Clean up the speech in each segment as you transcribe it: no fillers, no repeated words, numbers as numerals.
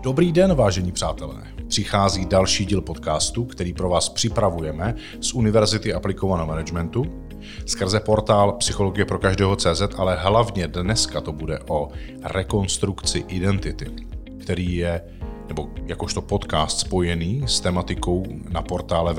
Dobrý den, vážení přátelé. Přichází další díl podcastu, který pro vás připravujeme z Univerzity aplikovaného managementu skrze portál Psychologie pro každého CZ, ale hlavně dneska to bude o rekonstrukci identity, který je, nebo jakožto podcast spojený s tematikou na portále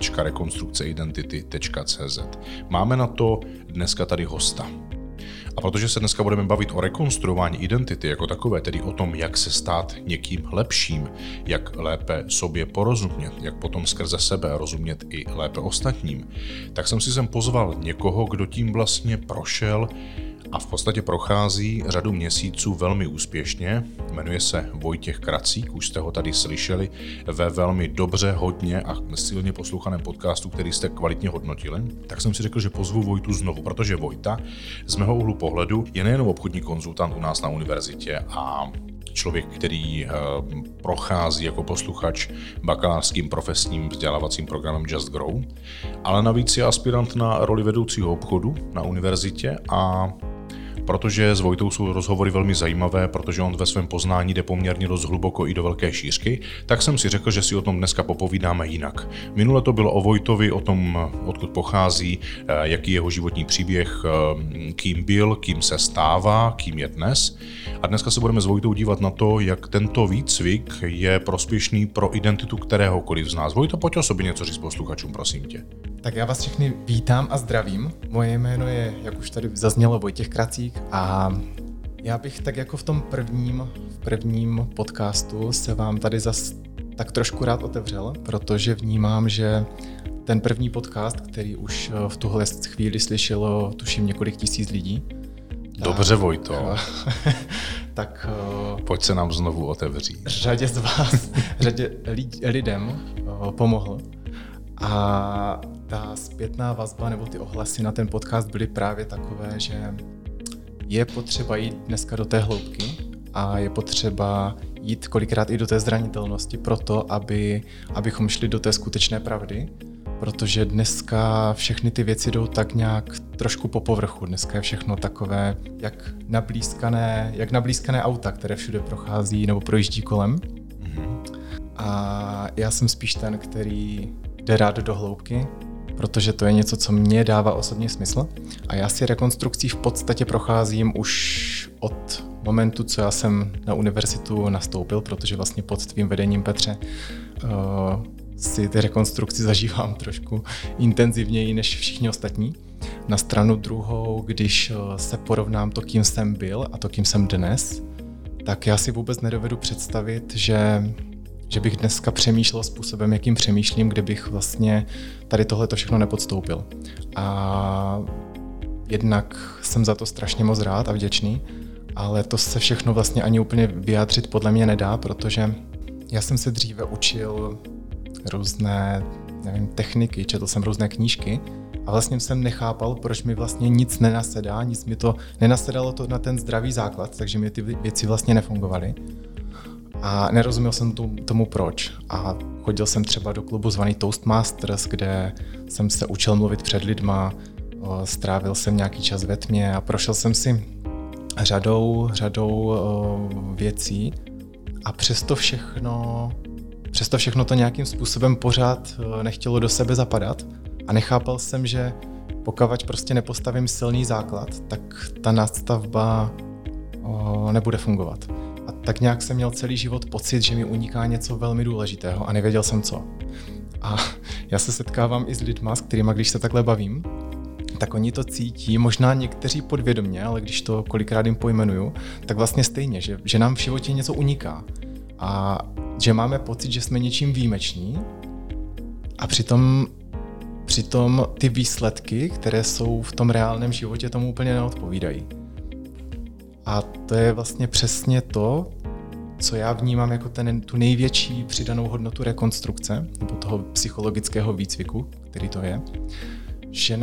www.rekonstrukceidentity.cz. Máme na to dneska tady hosta. A protože se dneska budeme bavit o rekonstruování identity jako takové, tedy o tom, jak se stát někým lepším, jak lépe sobě porozumět, jak potom skrze sebe rozumět i lépe ostatním, tak jsem si sem pozval někoho, kdo tím vlastně prošel a v podstatě prochází řadu měsíců velmi úspěšně. Jmenuje se Vojtěch Kracík, už jste ho tady slyšeli ve velmi dobře, hodně a silně poslouchaném podcastu, který jste kvalitně hodnotili. Tak jsem si řekl, že pozvu Vojtu znovu, protože Vojta z mého úhlu pohledu je nejen obchodní konzultant u nás na univerzitě a člověk, který prochází jako posluchač bakalářským profesním vzdělávacím programem Just Grow, ale navíc je aspirant na roli vedoucího obchodu na univerzitě a protože s Vojtou jsou rozhovory velmi zajímavé, protože on ve svém poznání jde poměrně dost hluboko i do velké šířky, tak jsem si řekl, že si o tom dneska popovídáme jinak. Minule to bylo o Vojtovi, o tom, odkud pochází, jaký je jeho životní příběh, kým byl, kým se stává, kým je dnes. A dneska se budeme s Vojtou dívat na to, jak tento výcvik je prospěšný pro identitu kteréhokoliv z nás. Vojto, pojď o sobě něco říct posluchačům, prosím tě. Tak já vás všechny vítám a zdravím. Moje jméno je, jak už tady zaznělo, Vojtěch Kracík a já bych tak jako v tom prvním podcastu se vám tady zas tak trošku rád otevřel, protože vnímám, že ten první podcast, který už v tuhle chvíli slyšelo tuším několik tisíc lidí. Dobře, Vojto. Tak pojď se nám znovu otevřít. Řadě z vás, lidem pomohl. A ta zpětná vazba nebo ty ohlasy na ten podcast byly právě takové, že je potřeba jít dneska do té hloubky a je potřeba jít kolikrát i do té zranitelnosti proto, abychom šli do té skutečné pravdy, protože dneska všechny ty věci jdou tak nějak trošku po povrchu. Dneska je všechno takové, jak nablízkané auta, které všude prochází nebo projíždí kolem. A já jsem spíš ten, který jde rád do hloubky, protože to je něco, co mě dává osobně smysl. A já si rekonstrukcí v podstatě procházím už od momentu, co já jsem na univerzitu nastoupil, protože vlastně pod tvým vedením, Petře, si ty rekonstrukci zažívám trošku intenzivněji než všichni ostatní. Na stranu druhou, když se porovnám to, kým jsem byl a to, kým jsem dnes, tak já si vůbec nedovedu představit, že bych dneska přemýšlel způsobem, jakým přemýšlím, kdybych vlastně tady tohleto všechno nepodstoupil. A jednak jsem za to strašně moc rád a vděčný, ale to se všechno vlastně ani úplně vyjádřit podle mě nedá, protože já jsem se dříve učil různé, techniky, četl jsem různé knížky a vlastně jsem nechápal, proč mi vlastně nic nenasedá, nic mi to nenasedalo to na ten zdravý základ, takže mi ty věci vlastně nefungovaly. A nerozuměl jsem tomu proč. A chodil jsem třeba do klubu zvaný Toastmasters, kde jsem se učil mluvit před lidma, strávil jsem nějaký čas ve tmě a prošel jsem si řadou věcí a přesto všechno to nějakým způsobem pořád nechtělo do sebe zapadat a nechápal jsem, že pokud prostě nepostavím silný základ, tak ta nadstavba nebude fungovat. A tak nějak jsem měl celý život pocit, že mi uniká něco velmi důležitého a nevěděl jsem co. A já se setkávám i s lidma, s kterýma, když se takhle bavím, tak oni to cítí, možná někteří podvědomě, ale když to kolikrát jim pojmenuju, tak vlastně stejně, že nám v životě něco uniká. A že máme pocit, že jsme něčím výjimeční a přitom ty výsledky, které jsou v tom reálném životě, tomu úplně neodpovídají. A to je vlastně přesně to, co já vnímám jako tu největší přidanou hodnotu rekonstrukce, nebo toho psychologického výcviku, který to je, že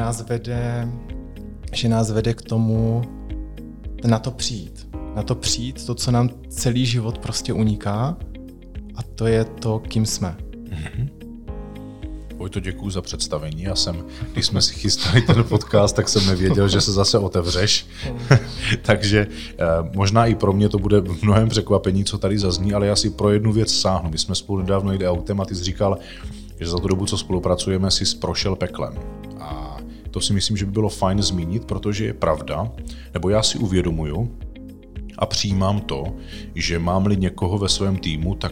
nás vede k tomu na to přijít, to, co nám celý život prostě uniká, a to je to, kým jsme. Vojto, děkuju za představení. Když jsme si chystali ten podcast, tak jsem nevěděl, že se zase otevřeš. Takže možná i pro mě to bude mnohem překvapení, co tady zazní, ale já si pro jednu věc sáhnu. My jsme spolu nedávno jeli autem a ty jsi říkal, že za tu dobu, co spolupracujeme, jsi prošel peklem. A to si myslím, že by bylo fajn zmínit, protože je pravda, nebo já si uvědomuju a přijímám to, že mám-li někoho ve svém týmu, tak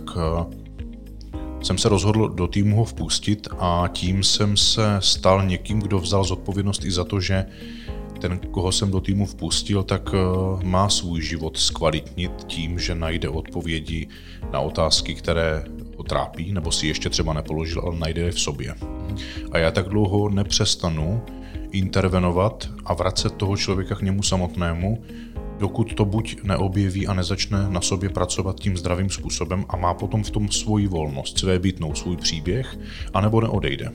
jsem se rozhodl do týmu ho vpustit a tím jsem se stal někým, kdo vzal zodpovědnost i za to, že ten, koho jsem do týmu vpustil, tak má svůj život zkvalitnit tím, že najde odpovědi na otázky, které ho trápí, nebo si ještě třeba nepoložil, ale najde je v sobě. A já tak dlouho nepřestanu intervenovat a vracet toho člověka k němu samotnému, dokud to buď neobjeví a nezačne na sobě pracovat tím zdravým způsobem a má potom v tom svoji volnost, svébytnou, svůj příběh, anebo neodejde.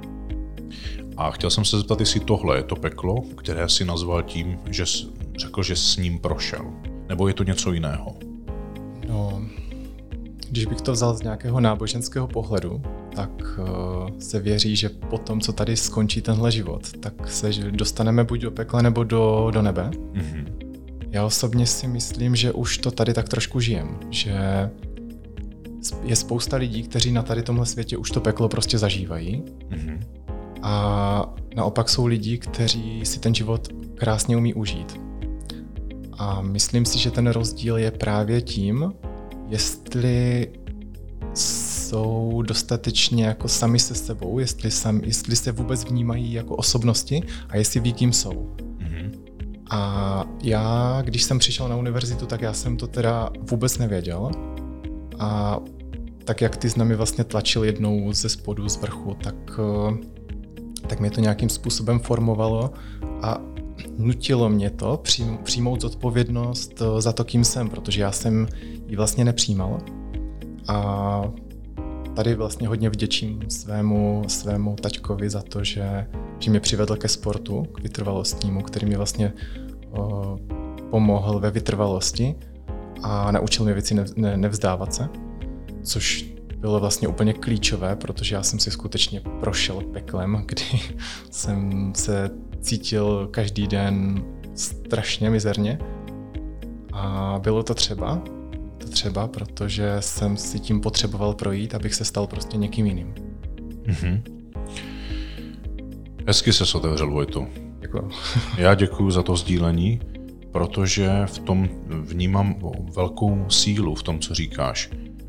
A chtěl jsem se zeptat, jestli tohle je to peklo, které si nazval tím, že řekl, že s ním prošel. Nebo je to něco jiného? No, když bych to vzal z nějakého náboženského pohledu, tak se věří, že po tom, co tady skončí tenhle život, tak se dostaneme buď do pekla, nebo do nebe. Mm-hmm. Já osobně si myslím, že už to tady tak trošku žijem, že je spousta lidí, kteří na tady tomhle světě už to peklo prostě zažívají. Mm-hmm. A naopak jsou lidi, kteří si ten život krásně umí užít. A myslím si, že ten rozdíl je právě tím, jestli jsou dostatečně jako sami se sebou, jestli se vůbec vnímají jako osobnosti a jestli ví, kým jsou. Mm-hmm. A já, když jsem přišel na univerzitu, tak já jsem to teda vůbec nevěděl. A tak jak ty jsi na mě vlastně tlačil jednou ze spodu, z vrchu, tak mě to nějakým způsobem formovalo a nutilo mě to přijmout zodpovědnost za to, kým jsem, protože já jsem ji vlastně nepřijímal. A tady vlastně hodně vděčím svému taťkovi za to, že mě přivedl ke sportu, k vytrvalostnímu, který mi vlastně pomohl ve vytrvalosti a naučil mě věci nevzdávat se, což bylo vlastně úplně klíčové, protože já jsem si skutečně prošel peklem, kdy jsem se cítil každý den strašně mizerně a bylo to třeba, protože jsem si tím potřeboval projít, abych se stal prostě někým jiným. Mm-hmm. Hezky se otevřel, Vojto. Děkuju. Já děkuju za to sdílení, protože v tom vnímám velkou sílu v tom, co říkáš.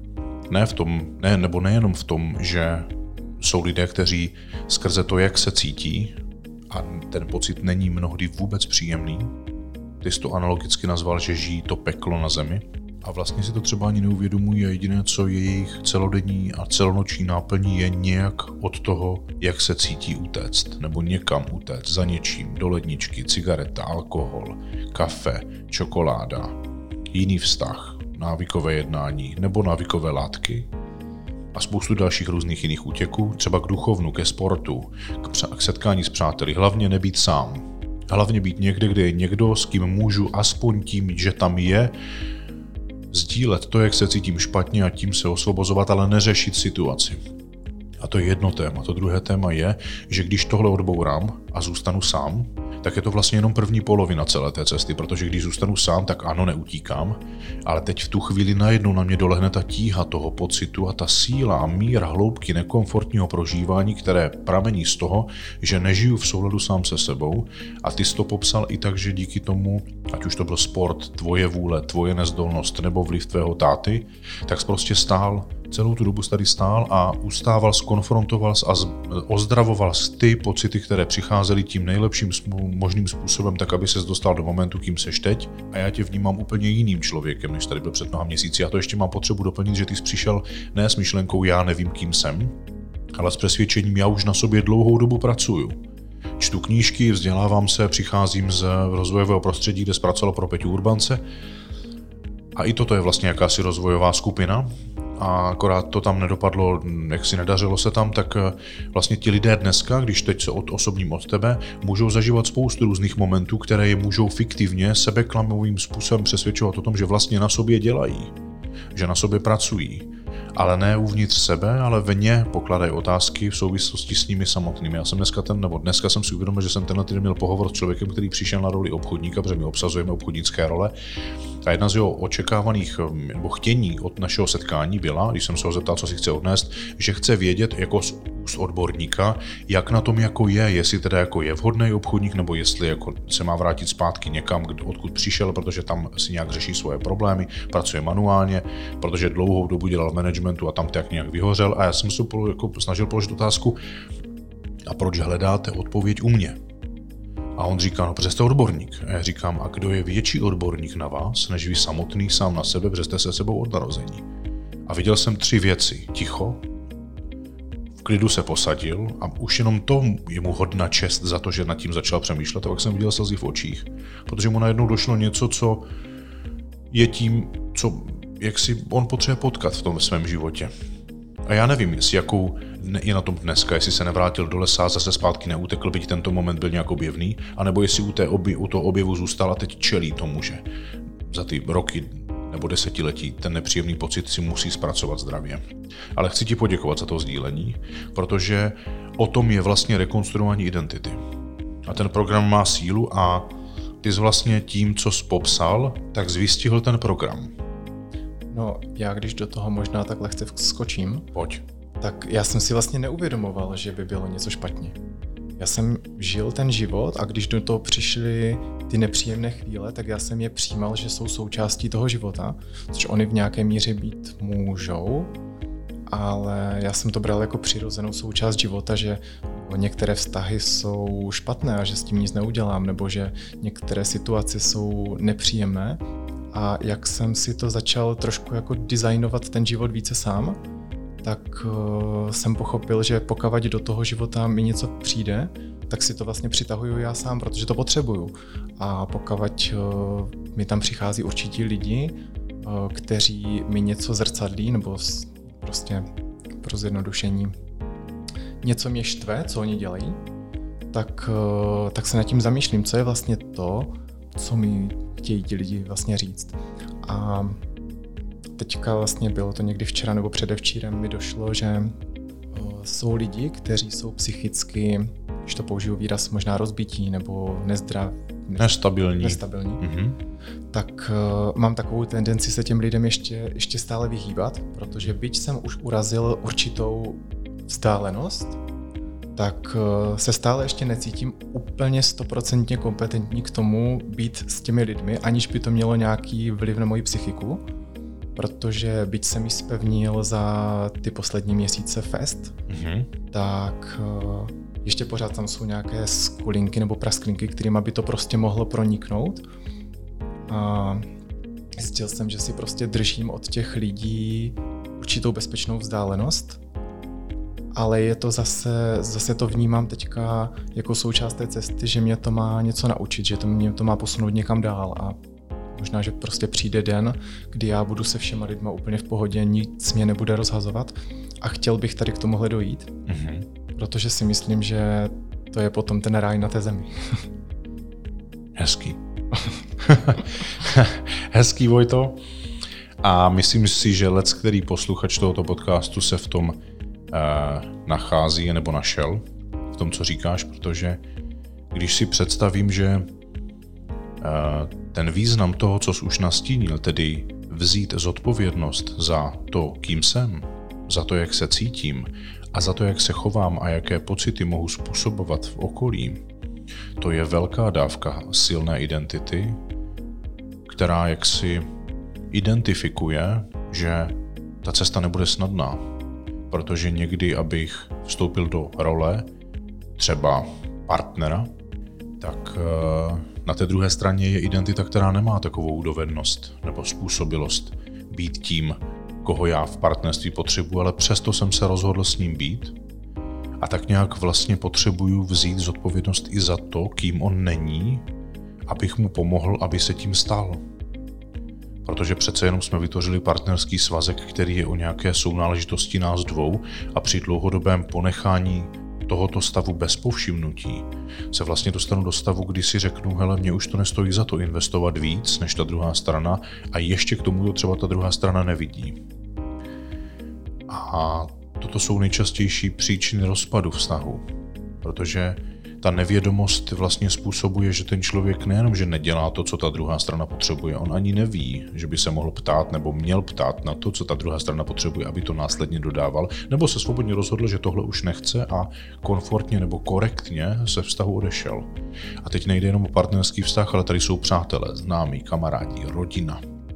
Nejenom v tom, že jsou lidé, kteří skrze to, jak se cítí, a ten pocit není mnohdy vůbec příjemný. Ty jsi to analogicky nazval, že žijí to peklo na zemi a vlastně si to třeba ani neuvědomují a jediné, co je jejich celodenní a celonoční náplní, je nějak od toho, jak se cítí utéct, nebo někam utéct, za něčím, do ledničky, cigareta, alkohol, kafe, čokoláda, jiný vztah, návykové jednání nebo návykové látky a spoustu dalších různých jiných útěků, třeba k duchovnu, ke sportu, k setkání s přáteli, hlavně nebýt sám. Hlavně být někde, kde je někdo, s kým můžu aspoň tím, že tam je, sdílet to, jak se cítím špatně a tím se osvobozovat, ale neřešit situaci. A to je jedno téma. To druhé téma je, že když tohle odbourám a zůstanu sám, tak je to vlastně jenom první polovina celé té cesty, protože když zůstanu sám, tak ano, neutíkám, ale teď v tu chvíli najednou na mě dolehne ta tíha toho pocitu a ta síla a míra hloubky nekomfortního prožívání, které pramení z toho, že nežiju v souladu sám se sebou a ty jsi to popsal i tak, že díky tomu, ať už to byl sport, tvoje vůle, tvoje nezdolnost nebo vliv tvého táty, tak jsi prostě stál. Celou tu dobu tady stál a ustával, skonfrontoval a ozdravoval ty pocity, které přicházely tím nejlepším možným způsobem, tak aby ses dostal do momentu, kým seš teď. A já tě vnímám úplně jiným člověkem, než tady byl před mnoha měsíci. Já to ještě mám potřebu doplnit, že ty jsi přišel ne s myšlenkou já nevím, kým jsem, ale s přesvědčením já už na sobě dlouhou dobu pracuju. Čtu knížky, vzdělávám se, přicházím z rozvojového prostředí, kde zpracoval pro Peťu Urbance. A i toto je vlastně jakási rozvojová skupina. A akorát to tam nedopadlo, jak si nedařilo se tam, tak vlastně ti lidé dneska, když teď se osobním od tebe, můžou zažívat spoustu různých momentů, které je můžou fiktivně sebeklamovým způsobem přesvědčovat o tom, že vlastně na sobě dělají, že na sobě pracují. ale ne uvnitř sebe, ale vně pokládají otázky v souvislosti s nimi samotnými. Já jsem dneska jsem si uvědomil, že jsem tenhle týden měl pohovor s člověkem, který přišel na roli obchodníka, protože my obsazujeme obchodnické role. A jedna z jeho očekávaných nebo chtění od našeho setkání byla, když jsem se ho zeptal, co si chce odnést, že chce vědět jako z úst odborníka, jak na tom jako je, jestli teda jako je vhodný obchodník, nebo jestli jako se má vrátit zpátky někam, odkud přišel, protože tam si nějak řeší svoje problémy, pracuje manuálně, protože dlouhou dobu dělal v managementu a tam tak nějak vyhořel. A já jsem se jako snažil položit otázku, a proč hledáte odpověď u mě? A on říká, no protože jste odborník. A já říkám, a kdo je větší odborník na vás, než vy samotný sám na sebe, protože jste se sebou od narození. A viděl jsem 3 věci. Ticho, v klidu se posadil a už jenom to je mu hodná čest za to, že nad tím začal přemýšlet. A pak jsem viděl slzy v očích, protože mu najednou došlo něco, co je tím, co jak si on potřebuje potkat v tom svém životě. A já nevím, jestli jakou je na tom dneska, jestli se nevrátil do lesa a zase zpátky neutekl, byť tento moment byl nějak objevný, anebo jestli u toho objevu zůstal a teď čelí tomu, že za ty roky nebo desetiletí ten nepříjemný pocit si musí zpracovat zdravě. Ale chci ti poděkovat za to sdílení, protože o tom je vlastně rekonstruování identity. A ten program má sílu a ty jsi vlastně tím, co jsi popsal, tak zvystihl ten program. No, já když do toho možná tak lehce skočím, Pojď. tak já jsem si vlastně neuvědomoval, že by bylo něco špatně. Já jsem žil ten život a když do toho přišly ty nepříjemné chvíle, tak já jsem je přijímal, že jsou součástí toho života, což oni v nějaké míře být můžou, ale já jsem to bral jako přirozenou součást života, že některé vztahy jsou špatné a že s tím nic neudělám, nebo že některé situace jsou nepříjemné. A jak jsem si to začal trošku jako designovat ten život více sám, tak jsem pochopil, že pokud do toho života mi něco přijde, tak si to vlastně přitahuju já sám, protože to potřebuju. A pokud mi tam přichází určití lidi, kteří mi něco zrcadlí, nebo prostě pro zjednodušení něco mě štve, co oni dělají, tak se nad tím zamýšlím, co je vlastně to, co mi chtějí ti lidi vlastně říct. A teďka vlastně bylo to někdy včera nebo předevčírem mi došlo, že jsou lidi, kteří jsou psychicky, když to použiju výraz, možná rozbití nebo nestabilní. Mm-hmm. Tak mám takovou tendenci se těm lidem ještě stále vyhýbat, protože byť jsem už urazil určitou vzdálenost, tak se stále ještě necítím úplně 100% kompetentní k tomu být s těmi lidmi, aniž by to mělo nějaký vliv na moji psychiku, protože byť jsem ji zpevnil za ty poslední měsíce fest, tak ještě pořád tam jsou nějaké skulinky nebo prasklinky, kterými by to prostě mohlo proniknout. A zjistil jsem, že si prostě držím od těch lidí určitou bezpečnou vzdálenost, ale je to zase to vnímám teďka jako součást té cesty, že mě to má něco naučit, že mě to má posunout někam dál a možná, že prostě přijde den, kdy já budu se všema lidma úplně v pohodě, nic mě nebude rozhazovat a chtěl bych tady k tomuhle dojít, protože si myslím, že to je potom ten ráj na té zemi. Hezký. Hezký, Vojto. A myslím si, že který posluchač tohoto podcastu se v tom nachází nebo našel, v tom, co říkáš, protože když si představím, že ten význam toho, co jsi už nastínil, tedy vzít zodpovědnost za to, kým jsem, za to, jak se cítím a za to, jak se chovám a jaké pocity mohu způsobovat v okolí, to je velká dávka silné identity, která jaksi identifikuje, že ta cesta nebude snadná, protože někdy, abych vstoupil do role třeba partnera, tak na té druhé straně je identita, která nemá takovou dovednost nebo způsobilost být tím, koho já v partnerství potřebuji, ale přesto jsem se rozhodl s ním být a tak nějak vlastně potřebuju vzít zodpovědnost i za to, kým on není, abych mu pomohl, aby se tím stal. Protože přece jenom jsme vytvořili partnerský svazek, který je o nějaké sounáležitosti nás dvou a při dlouhodobém ponechání tohoto stavu bez povšimnutí se vlastně dostanu do stavu, kdy si řeknu, hele, mně už to nestojí za to investovat víc než ta druhá strana a ještě k tomu to třeba ta druhá strana nevidí. A toto jsou nejčastější příčiny rozpadu vztahu, protože ta nevědomost vlastně způsobuje, že ten člověk nejenom, že nedělá to, co ta druhá strana potřebuje, on ani neví, že by se mohl ptát nebo měl ptát na to, co ta druhá strana potřebuje, aby to následně dodával, nebo se svobodně rozhodl, že tohle už nechce a komfortně nebo korektně se vztahu odešel. A teď nejde jenom o partnerský vztah, ale tady jsou přátelé, známí, kamarádi, rodina,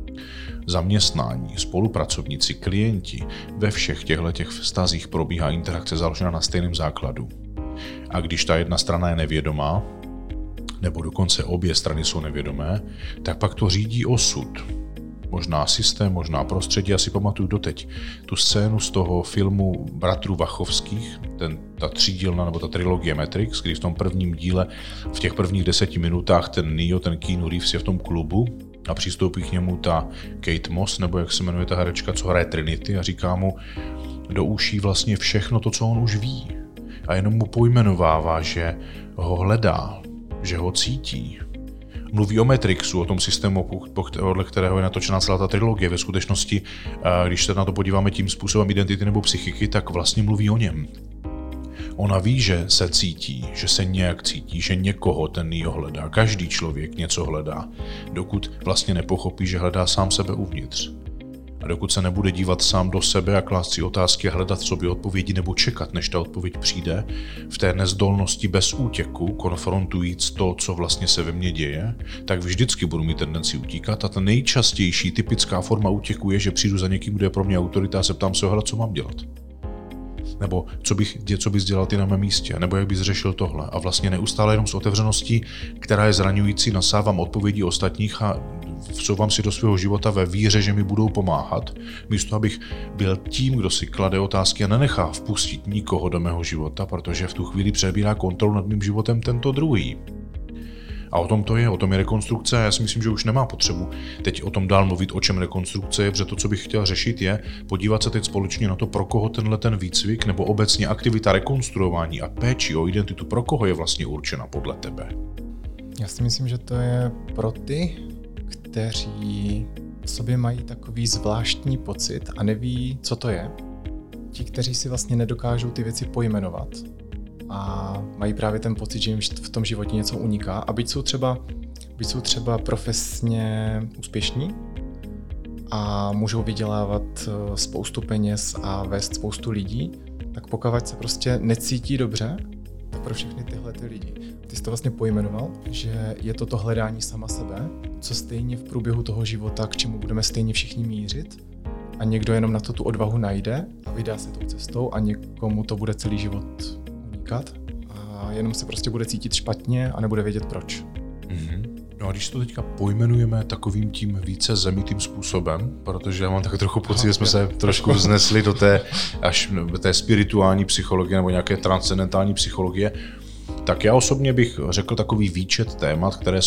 zaměstnání, spolupracovníci, klienti. Ve všech těchto vztazích probíhá interakce založená na stejném základu. A když ta jedna strana je nevědomá, nebo dokonce obě strany jsou nevědomé, tak pak to řídí osud. Možná systém, možná prostředí. Já si pamatuju doteď tu scénu z toho filmu bratrů Wachowských, ta třídílna nebo ta trilogie Matrix, kdy v tom prvním díle, v těch prvních 10 minutách ten Neo, ten Keanu Reeves je v tom klubu a přistoupí k němu ta Kate Moss, nebo jak se jmenuje ta herečka, co hraje Trinity, a říká mu do uší vlastně všechno to, co on už ví. A jenom mu pojmenovává, že ho hledá, že ho cítí. Mluví o Matrixu, o tom systému, podle kterého je natočená celá ta trilogie. Ve skutečnosti, když se na to podíváme tím způsobem identity nebo psychiky, tak vlastně mluví o něm. Ona ví, že se cítí, že se nějak cítí, že někoho ten Neo hledá. Každý člověk něco hledá, dokud vlastně nepochopí, že hledá sám sebe uvnitř. A dokud se nebude dívat sám do sebe a klást si otázky a hledat v sobě odpovědi nebo čekat, než ta odpověď přijde, v té nezdolnosti bez útěku, konfrontujíc to, co vlastně se ve mně děje, tak vždycky budu mít tendenci utíkat. A ta nejčastější typická forma útěku je, že přijdu za někým, kdo je pro mě autorita a se ptám se, co mám dělat. Nebo co bys dělal ty na mém místě, nebo jak bys řešil tohle. A vlastně neustále jenom s otevřeností, která je zraňující, nasávám odpovědi ostatních a vsouvám si do svého života ve víře, že mi budou pomáhat, místo abych byl tím, kdo si klade otázky a nenechá vpustit nikoho do mého života, protože v tu chvíli přebírá kontrolu nad mým životem tento druhý. A o tom to je, o tom je rekonstrukce a já si myslím, že už nemá potřebu teď o tom dál mluvit, o čem rekonstrukce je, protože to, co bych chtěl řešit, je podívat se teď společně na to, pro koho ten výcvik nebo obecně aktivita rekonstruování a péči o identitu, pro koho je vlastně určena podle tebe. Já si myslím, že to je pro ty, kteří v sobě mají takový zvláštní pocit a neví, co to je. Ti, kteří si vlastně nedokážou ty věci pojmenovat a mají právě ten pocit, že jim v tom životě něco uniká. A byť jsou třeba profesně úspěšní a můžou vydělávat spoustu peněz a vést spoustu lidí, tak pokud se prostě necítí dobře, tak pro všechny tyhle ty lidi. Ty jsi to vlastně pojmenoval, že je to hledání sama sebe, co stejně v průběhu toho života, k čemu budeme stejně všichni mířit, a někdo jenom na to tu odvahu najde a vydá se tou cestou a někomu to bude celý život unikat a jenom se prostě bude cítit špatně a nebude vědět proč. Mm-hmm. No a když to teďka pojmenujeme takovým tím více zemitým způsobem, protože já mám tak trochu pocit, že jsme se trošku vznesli do té spirituální psychologie nebo nějaké transcendentální psychologie, tak já osobně bych řekl takový výčet témat, která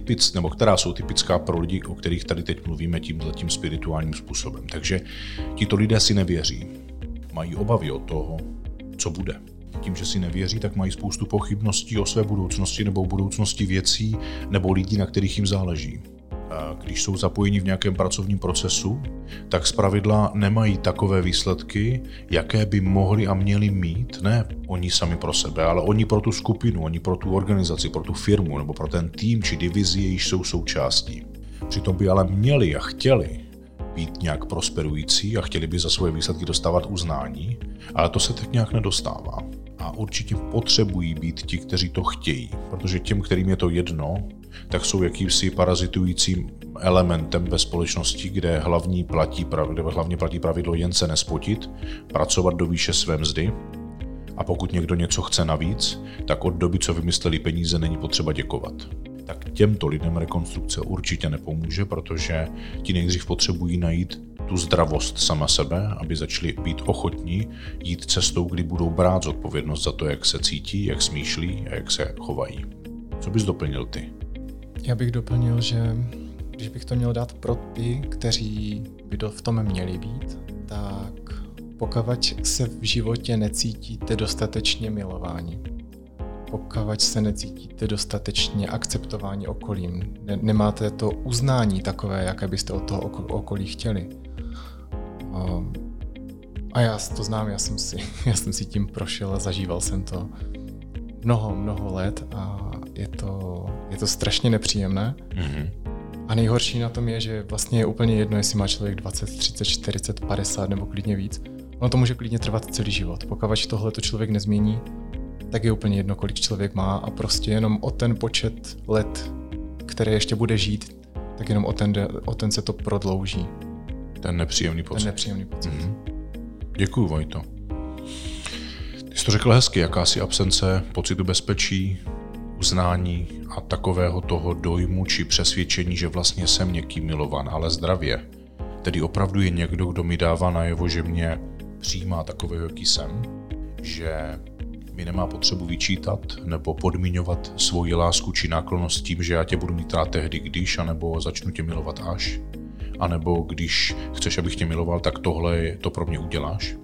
jsou typická pro lidi, o kterých tady teď mluvíme tímhletím spirituálním způsobem. Takže tito lidé si nevěří. Mají obavy od toho, co bude. Tím, že si nevěří, tak mají spoustu pochybností o své budoucnosti nebo budoucnosti věcí nebo lidí, na kterých jim záleží. A když jsou zapojeni v nějakém pracovním procesu, tak zpravidla nemají takové výsledky, jaké by mohli a měli mít, ne oni sami pro sebe, ale oni pro tu skupinu, oni pro tu organizaci, pro tu firmu nebo pro ten tým či divizi, jejíž jsou součástí. Přitom by ale měli a chtěli být nějak prosperující a chtěli by za svoje výsledky dostávat uznání, ale to se tak nějak nedostává. A určitě potřebují být ti, kteří to chtějí, protože těm, kterým je to jedno, tak jsou jakýmsi parazitujícím elementem ve společnosti, kde hlavně platí pravidlo jen se nespotit, pracovat do výše své mzdy, a pokud někdo něco chce navíc, tak od doby, co vymysleli peníze, není potřeba děkovat. Tak těmto lidem rekonstrukce určitě nepomůže, protože ti nejdřív potřebují najít tu zdravost sama sebe, aby začali být ochotní jít cestou, kdy budou brát zodpovědnost za to, jak se cítí, jak smýšlí a jak se chovají. Co bys doplnil ty? Já bych doplnil, že když bych to měl dát pro ty, kteří by v tom měli být, tak pokud se v životě necítíte dostatečně milování, pokud se necítíte dostatečně akceptování okolím, nemáte to uznání takové, jaké byste od toho okolí chtěli, A já to znám, já jsem si tím prošel a zažíval jsem to mnoho let a je to strašně nepříjemné. Mm-hmm. A nejhorší na tom je, že vlastně je úplně jedno, jestli má člověk 20, 30, 40, 50 nebo klidně víc. Ono to může klidně trvat celý život. Pokud tohle to člověk nezmění, tak je úplně jedno, kolik člověk má a prostě jenom o ten počet let, které ještě bude žít, tak jenom o ten se to prodlouží. Ten nepříjemný pocit. Mm-hmm. Děkuju, Vojto. Ty jsi to řekl hezky, jakási absence pocitu bezpečí, uznání a takového toho dojmu či přesvědčení, že vlastně jsem někým milovan, ale zdravě. Tedy opravdu je někdo, kdo mi dává najevo, že mě přijímá takového, jaký jsem, že mi nemá potřebu vyčítat nebo podmiňovat svoji lásku či náklonnost tím, že já tě budu mít rád tehdy, když, anebo začnu tě milovat až, anebo když chceš, abych tě miloval, tak tohle to pro mě uděláš.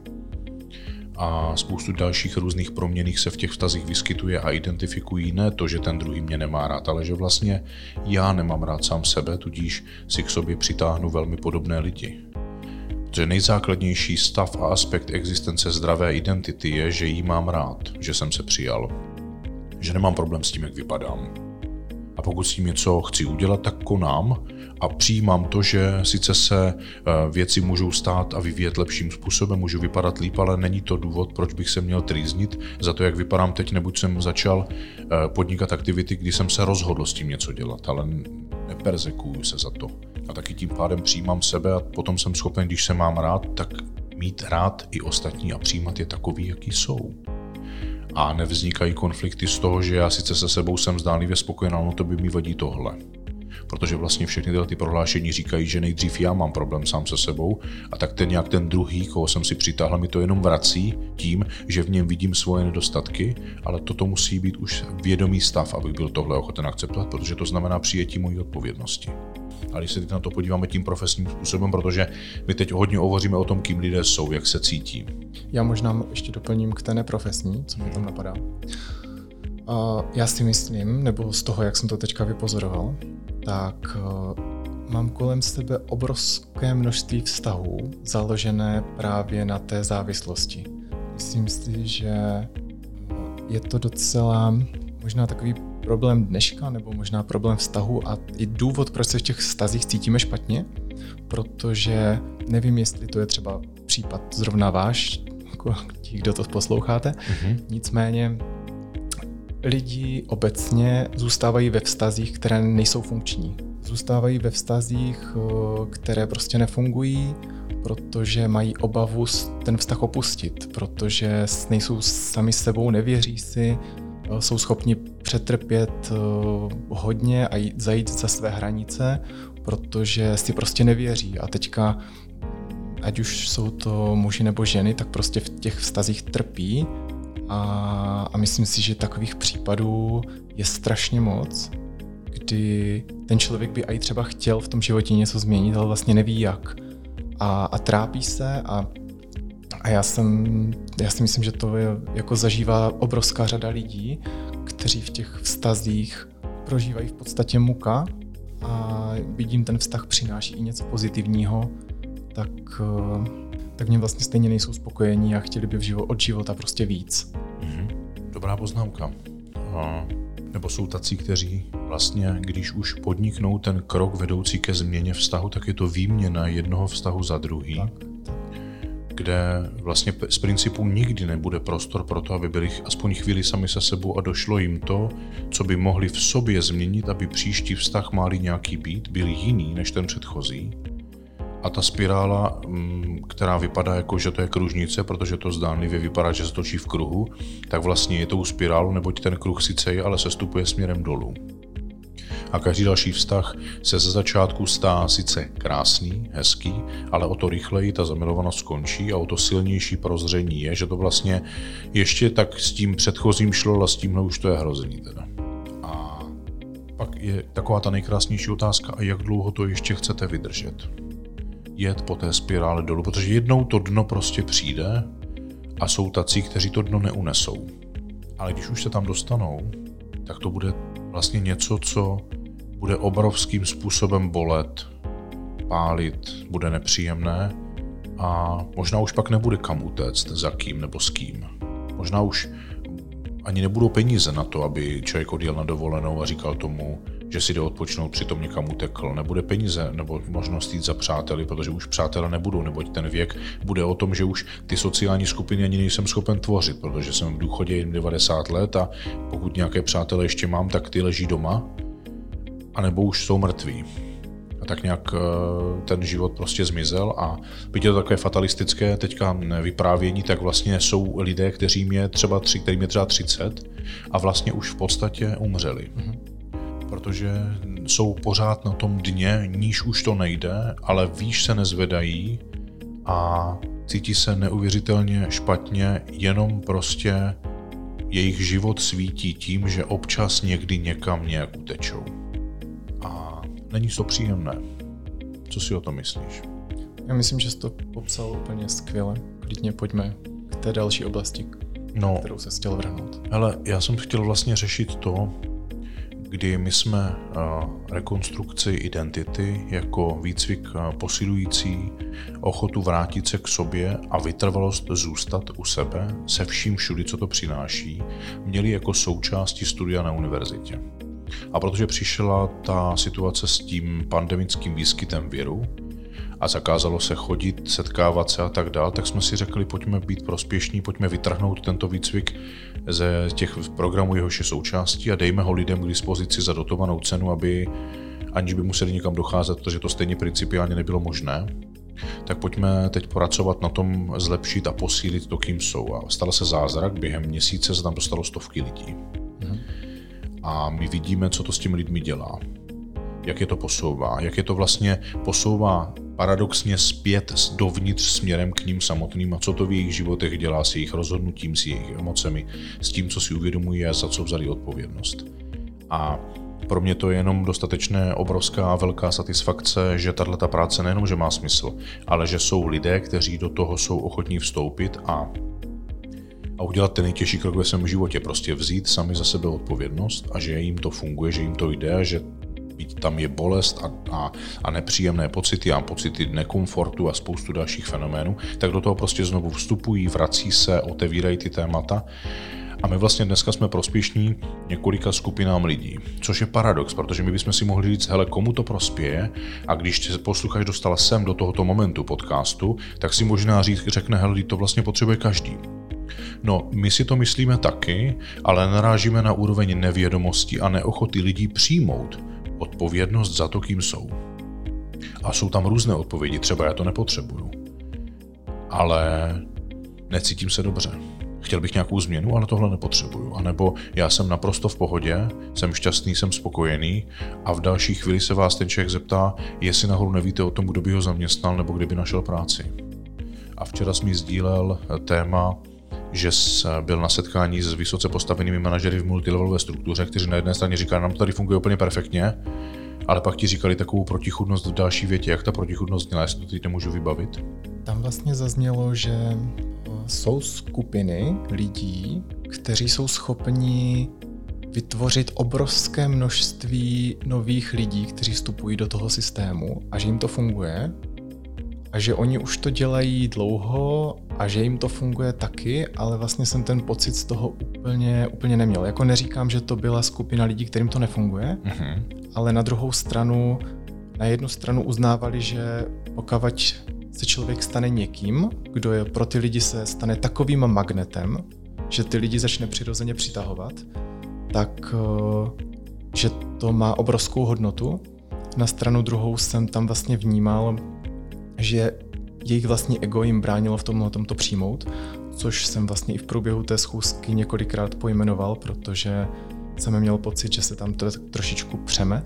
A spoustu dalších různých proměnných se v těch vztazích vyskytuje a identifikují ne to, že ten druhý mě nemá rád, ale že vlastně já nemám rád sám sebe, tudíž si k sobě přitáhnu velmi podobné lidi. Protože nejzákladnější stav a aspekt existence zdravé identity je, že jí mám rád, že jsem se přijal, že nemám problém s tím, jak vypadám. A pokud s tím něco chci udělat, tak konám a přijímám to, že sice se věci můžou stát a vyvíjet lepším způsobem, můžu vypadat líp, ale není to důvod, proč bych se měl trýznit za to, jak vypadám teď, neboť jsem začal podnikat aktivity, kdy jsem se rozhodl s tím něco dělat, ale neperzekuju se za to. A taky tím pádem přijímám sebe a potom jsem schopen, když se mám rád, tak mít rád i ostatní a přijímat je takový, jaký jsou. A nevznikají konflikty z toho, že já sice se sebou jsem zdánlivě spokojen, ale to by mi vadí tohle. Protože vlastně všechny tyhle ty prohlášení říkají, že nejdřív já mám problém sám se sebou a tak ten druhý, koho jsem si přitáhl, mi to jenom vrací tím, že v něm vidím svoje nedostatky, ale toto musí být už vědomý stav, abych byl tohle ochoten akceptovat, protože to znamená přijetí mojí odpovědnosti. A když se teď na to podíváme tím profesním způsobem, protože my teď hodně hovoříme o tom, kým lidé jsou, jak se cítí. Já možná ještě doplním k té neprofesní, co mi tam napadá. Já si myslím, nebo z toho, jak jsem to teďka vypozoroval, tak mám kolem sebe obrovské množství vztahů založené právě na té závislosti. Myslím si, že je to docela možná takový problém dneška, nebo možná problém vztahu a i důvod, proč se v těch vztazích cítíme špatně, protože nevím, jestli to je třeba případ zrovna váš, jako ti, kdo to posloucháte, nicméně lidi obecně zůstávají ve vztazích, které nejsou funkční. Zůstávají ve vztazích, které prostě nefungují, protože mají obavu ten vztah opustit, protože nejsou sami sebou, nevěří si, jsou schopni přetrpět hodně a zajít za své hranice, protože si prostě nevěří. A teďka, ať už jsou to muži nebo ženy, tak prostě v těch vztazích trpí. A myslím si, že takových případů je strašně moc, kdy ten člověk by i třeba chtěl v tom životě něco změnit, ale vlastně neví jak. A trápí se a já si myslím, že to je, jako zažívá obrovská řada lidí, kteří v těch vztazích prožívají v podstatě muka a vidím, ten vztah přináší i něco pozitivního, tak mě vlastně stejně nejsou spokojení a chtěli by od života prostě víc. Dobrá poznámka. Nebo jsou tací, kteří vlastně, když už podniknou ten krok vedoucí ke změně vztahu, tak je to výměna jednoho vztahu za druhý. Tak. Kde vlastně z principu nikdy nebude prostor pro to, aby byli aspoň chvíli sami se sebou a došlo jim to, co by mohli v sobě změnit, aby příští vztah má-li nějaký být, byl jiný než ten předchozí. A ta spirála, která vypadá jako, že to je kružnice, protože to zdánlivě vypadá, že se točí v kruhu, tak vlastně je tou spirálu, neboť ten kruh sice je, ale sestupuje směrem dolů. A každý další vztah se ze začátku stá sice krásný, hezký, ale o to rychleji ta zamilovanost skončí a o to silnější prozření je, že to vlastně ještě tak s tím předchozím šlo, ale s tímhle už to je hrozný teda. A pak je taková ta nejkrásnější otázka, a jak dlouho to ještě chcete vydržet? Jet po té spirále dolů, protože jednou to dno prostě přijde a jsou tací, kteří to dno neunesou. Ale když už se tam dostanou, tak to bude vlastně něco, co bude obrovským způsobem bolet, pálit, bude nepříjemné a možná už pak nebude kam utéct, za kým nebo s kým. Možná už ani nebudou peníze na to, aby člověk odjel na dovolenou a říkal tomu, že si jde odpočnout, přitom někam utekl. Nebude peníze nebo možnost jít za přáteli, protože už přátelé nebudou, neboť ten věk bude o tom, že už ty sociální skupiny ani nejsem schopen tvořit, protože jsem v důchodě jen 90 let a pokud nějaké přátelé ještě mám, tak ty leží doma, anebo už jsou mrtví. A tak nějak ten život prostě zmizel a byť je to takové fatalistické teďka vyprávění, tak vlastně jsou lidé, kterým je třeba 30 a vlastně už v podstatě umřeli. Protože jsou pořád na tom dně, níž už to nejde, ale výš se nezvedají a cítí se neuvěřitelně špatně, jenom prostě jejich život svítí tím, že občas někdy někam nějak utečou. A není to příjemné. Co si o tom myslíš? Já myslím, že jsi to popsal úplně skvěle. Klidně pojďme k té další oblasti, kterou se chtěl vrhnout. Hele, já jsem chtěl vlastně řešit to, kdy my jsme rekonstrukci identity jako výcvik posilující ochotu vrátit se k sobě a vytrvalost zůstat u sebe se vším všudy, co to přináší, měli jako součástí studia na univerzitě. A protože přišla ta situace s tím pandemickým výskytem viru a zakázalo se chodit, setkávat se a tak dál, tak jsme si řekli, pojďme být prospěšní, pojďme vytrhnout tento výcvik ze těch programů jehož je součástí a dejme ho lidem k dispozici za dotovanou cenu, aniž by museli někam docházet, protože to stejně principiálně nebylo možné. Tak pojďme teď pracovat na tom zlepšit a posílit to, kým jsou. A stal se zázrak, během měsíce se tam dostalo 100 lidí. A my vidíme, co to s těmi lidmi dělá. Jak je to posouvá. Jak je to vlastně posouvá paradoxně zpět dovnitř směrem k ním samotným a co to v jejich životech dělá s jejich rozhodnutím, s jejich emocemi, s tím, co si uvědomují a za co vzali odpovědnost. A pro mě to je jenom dostatečné obrovská velká satisfakce, že tato práce nejenom, že má smysl, ale že jsou lidé, kteří do toho jsou ochotní vstoupit a udělat ten nejtěžší krok ve svém životě, prostě vzít sami za sebe odpovědnost a že jim to funguje, že jim to jde a že byť tam je bolest a nepříjemné pocity a pocity nekomfortu a spoustu dalších fenoménů, tak do toho prostě znovu vstupují, vrací se, otevírají ty témata. A my vlastně dneska jsme prospěšní několika skupinám lidí, což je paradox, protože my bychom si mohli říct, hele, komu to prospěje, a když posluchač dostal sem do tohoto momentu podcastu, tak si možná řekne, hele, to vlastně potřebuje každý. No, my si to myslíme taky, ale narážíme na úroveň nevědomosti a neochoty lidí přijmout odpovědnost za to, kým jsou. A jsou tam různé odpovědi, třeba já to nepotřebuju, ale necítím se dobře. Chtěl bych nějakou změnu, ale tohle nepotřebuju. A nebo já jsem naprosto v pohodě, jsem šťastný, jsem spokojený a v další chvíli se vás ten člověk zeptá, jestli nahoru nevíte o tom, kdo by ho zaměstnal nebo kde by našel práci. A včera jsem mi sdílel téma, že byl na setkání s vysoce postavenými manažery v multilevelové struktuře, kteří na jedné straně říkali, nám to tady funguje úplně perfektně, ale pak ti říkali takovou protichůdnost v další větě. Jak ta protichůdnost měla, jestli to teď nemůžu vybavit? Tam vlastně zaznělo, že jsou skupiny lidí, kteří jsou schopni vytvořit obrovské množství nových lidí, kteří vstupují do toho systému a že jim to funguje a že oni už to dělají dlouho a že jim to funguje taky, ale vlastně jsem ten pocit z toho úplně neměl. Jako neříkám, že to byla skupina lidí, kterým to nefunguje, ale na druhou stranu, na jednu stranu uznávali, že pokud se člověk stane někým, kdo je pro ty lidi se stane takovým magnetem, že ty lidi začne přirozeně přitahovat, tak že to má obrovskou hodnotu. Na stranu druhou jsem tam vlastně vnímal, že jejich vlastní ego jim bránilo v tomto přijmout, což jsem vlastně i v průběhu té schůzky několikrát pojmenoval, protože jsem měl pocit, že se tam to trošičku přeme.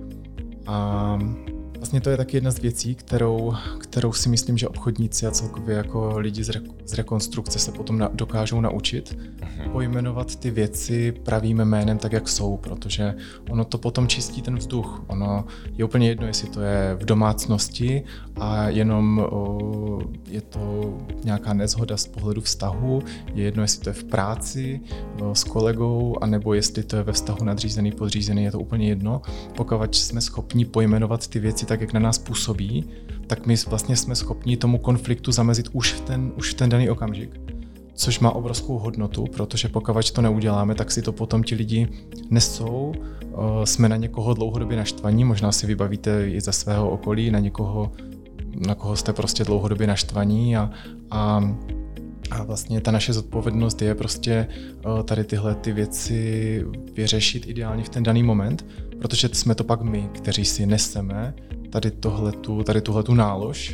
A vlastně to je taky jedna z věcí, kterou si myslím, že obchodníci a celkově jako lidi z rekonstrukce se potom dokážou naučit. Pojmenovat ty věci pravým jménem tak, jak jsou, protože ono to potom čistí ten vzduch. Ono je úplně jedno, jestli to je v domácnosti a jenom je to nějaká neshoda z pohledu vztahu, je jedno, jestli to je v práci s kolegou, anebo jestli to je ve vztahu nadřízený, podřízený, je to úplně jedno. Pokud jsme schopni pojmenovat ty věci tak, jak na nás působí, tak my vlastně jsme schopni tomu konfliktu zamezit už v ten daný okamžik. Což má obrovskou hodnotu, protože pokud to neuděláme, tak si to potom ti lidi nesou. Jsme na někoho dlouhodobě naštvaní, možná si vybavíte i ze svého okolí, na koho jste prostě dlouhodobě naštvaní a vlastně ta naše zodpovědnost je prostě tady tyhle ty věci vyřešit ideálně v ten daný moment, protože jsme to pak my, kteří si neseme tady tuhletu nálož